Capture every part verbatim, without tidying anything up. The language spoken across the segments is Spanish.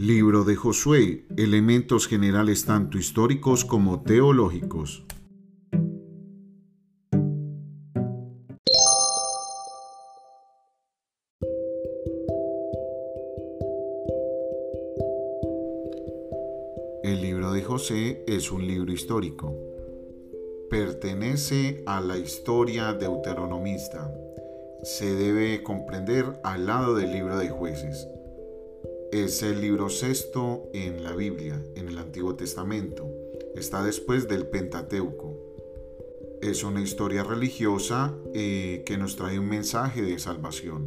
Libro de Josué, elementos generales tanto históricos como teológicos. El libro de Josué es un libro histórico. Pertenece a la historia deuteronomista. Se debe comprender al lado del libro de Jueces. Es el libro sexto en la Biblia, en el Antiguo Testamento. Está después del Pentateuco. Es una historia religiosa eh, que nos trae un mensaje de salvación.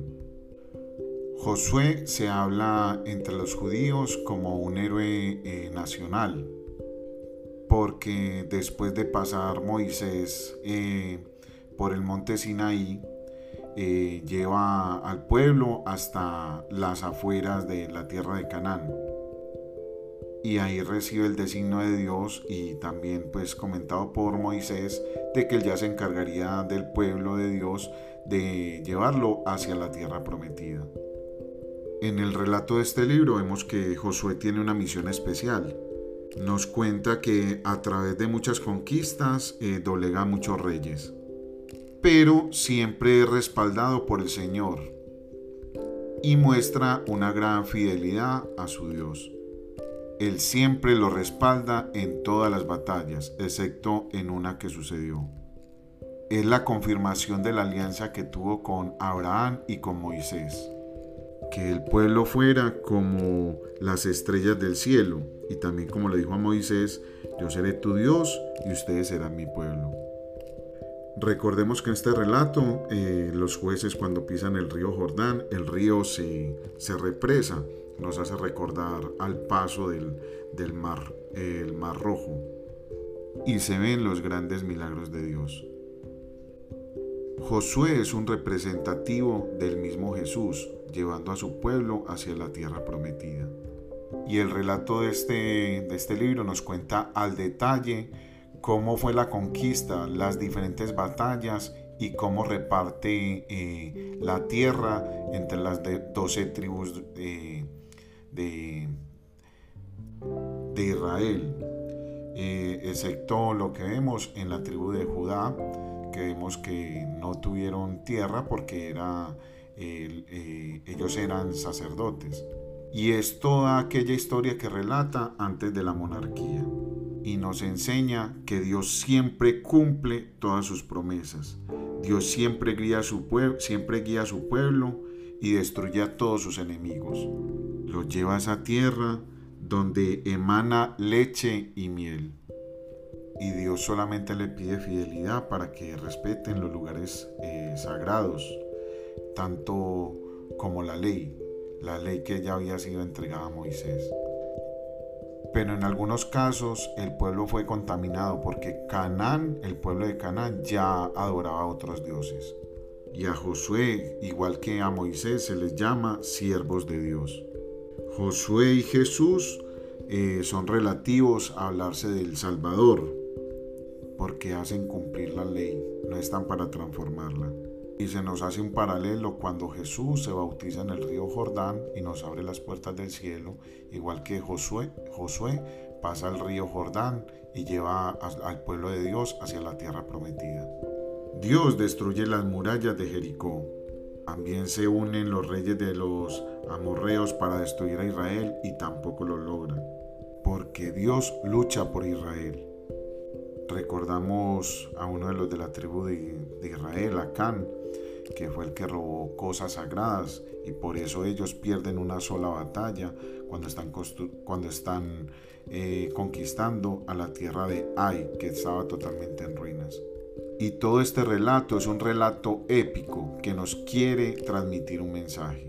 Josué se habla entre los judíos como un héroe eh, nacional, porque después de pasar Moisés eh, por el monte Sinaí, Eh, lleva al pueblo hasta las afueras de la tierra de Canaán, y ahí recibe el designio de Dios, y también pues comentado por Moisés, de que él ya se encargaría del pueblo de Dios de llevarlo hacia la tierra prometida. En el relato de este libro vemos que Josué tiene una misión especial. Nos cuenta que a través de muchas conquistas eh, doblega a muchos reyes, pero siempre respaldado por el Señor, y muestra una gran fidelidad a su Dios. Él siempre lo respalda en todas las batallas, excepto en una que sucedió. Es la confirmación de la alianza que tuvo con Abraham y con Moisés, que el pueblo fuera como las estrellas del cielo, y también como le dijo a Moisés: yo seré tu Dios y ustedes serán mi pueblo. Recordemos que en este relato eh, los jueces, cuando pisan el río Jordán, el río se, se represa. Nos hace recordar al paso del, del mar, eh, el mar Rojo, y se ven los grandes milagros de Dios. Josué es un representativo del mismo Jesús, llevando a su pueblo hacia la tierra prometida. Y el relato de este, de este libro nos cuenta al detalle cómo fue la conquista, las diferentes batallas y cómo reparte eh, la tierra entre las doce tribus de, de, de Israel, eh, excepto lo que vemos en la tribu de Judá, que vemos que no tuvieron tierra porque era, eh, eh, ellos eran sacerdotes. Y es toda aquella historia que relata antes de la monarquía, y nos enseña que Dios siempre cumple todas sus promesas. Dios siempre guía a su pueblo, siempre guía a su pueblo y destruye a todos sus enemigos. Los lleva a esa tierra donde emana leche y miel. Y Dios solamente le pide fidelidad para que respeten los lugares eh, sagrados, tanto como la ley, la ley que ya había sido entregada a Moisés. Pero en algunos casos el pueblo fue contaminado porque Canaán, el pueblo de Canaán, ya adoraba a otros dioses. Y a Josué, igual que a Moisés, se les llama siervos de Dios. Josué y Jesús eh, son relativos a hablarse del Salvador, porque hacen cumplir la ley, no están para transformarla. Y se nos hace un paralelo cuando Jesús se bautiza en el río Jordán y nos abre las puertas del cielo, igual que Josué, Josué pasa el río Jordán y lleva al pueblo de Dios hacia la tierra prometida. Dios destruye las murallas de Jericó. También se unen los reyes de los amorreos para destruir a Israel y tampoco lo logran, porque Dios lucha por Israel. Recordamos a uno de los de la tribu de, de Israel, Acán, que fue el que robó cosas sagradas, y por eso ellos pierden una sola batalla cuando están, cuando están eh, conquistando a la tierra de Ai, que estaba totalmente en ruinas. Y todo este relato es un relato épico que nos quiere transmitir un mensaje.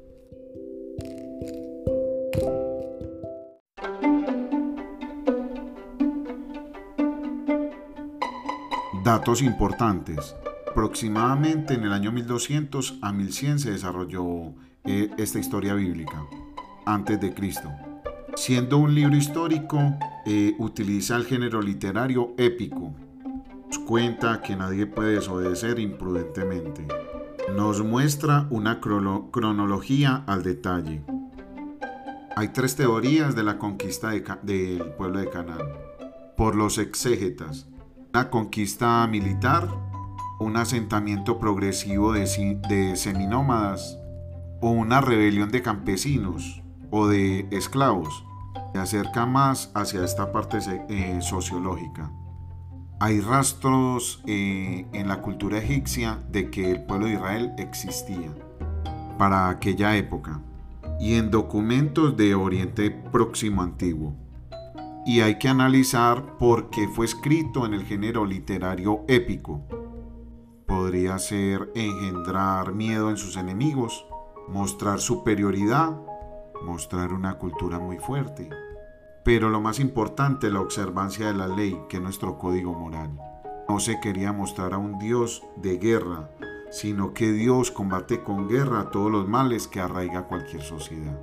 Datos importantes. Aproximadamente en el año mil doscientos a mil cien se desarrolló eh, esta historia bíblica, antes de Cristo. Siendo un libro histórico, eh, utiliza el género literario épico. Nos cuenta que nadie puede desobedecer imprudentemente. Nos muestra una crono- cronología al detalle. Hay tres teorías de la conquista de Ca- del pueblo de Canaán. Por los exégetas, una conquista militar, un asentamiento progresivo de, si- de seminómadas o una rebelión de campesinos o de esclavos. Se acerca más hacia esta parte eh, sociológica. Hay rastros eh, en la cultura egipcia de que el pueblo de Israel existía para aquella época y en documentos de Oriente Próximo Antiguo. Y hay que analizar por qué fue escrito en el género literario épico. Podría ser engendrar miedo en sus enemigos, mostrar superioridad, mostrar una cultura muy fuerte. Pero lo más importante, la observancia de la ley, que es nuestro código moral. No se quería mostrar a un Dios de guerra, sino que Dios combate con guerra todos los males que arraiga cualquier sociedad.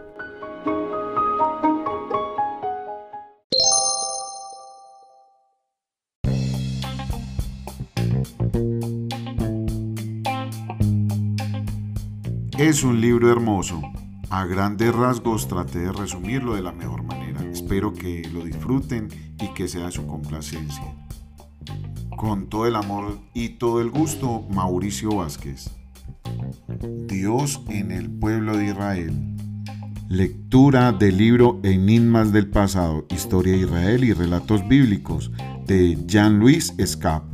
Es un libro hermoso. A grandes rasgos traté de resumirlo de la mejor manera. Espero que lo disfruten y que sea de su complacencia. Con todo el amor y todo el gusto, Mauricio Vázquez. Dios en el pueblo de Israel. Lectura del libro Enigmas del pasado, Historia de Israel y relatos bíblicos de Jean-Louis Escape.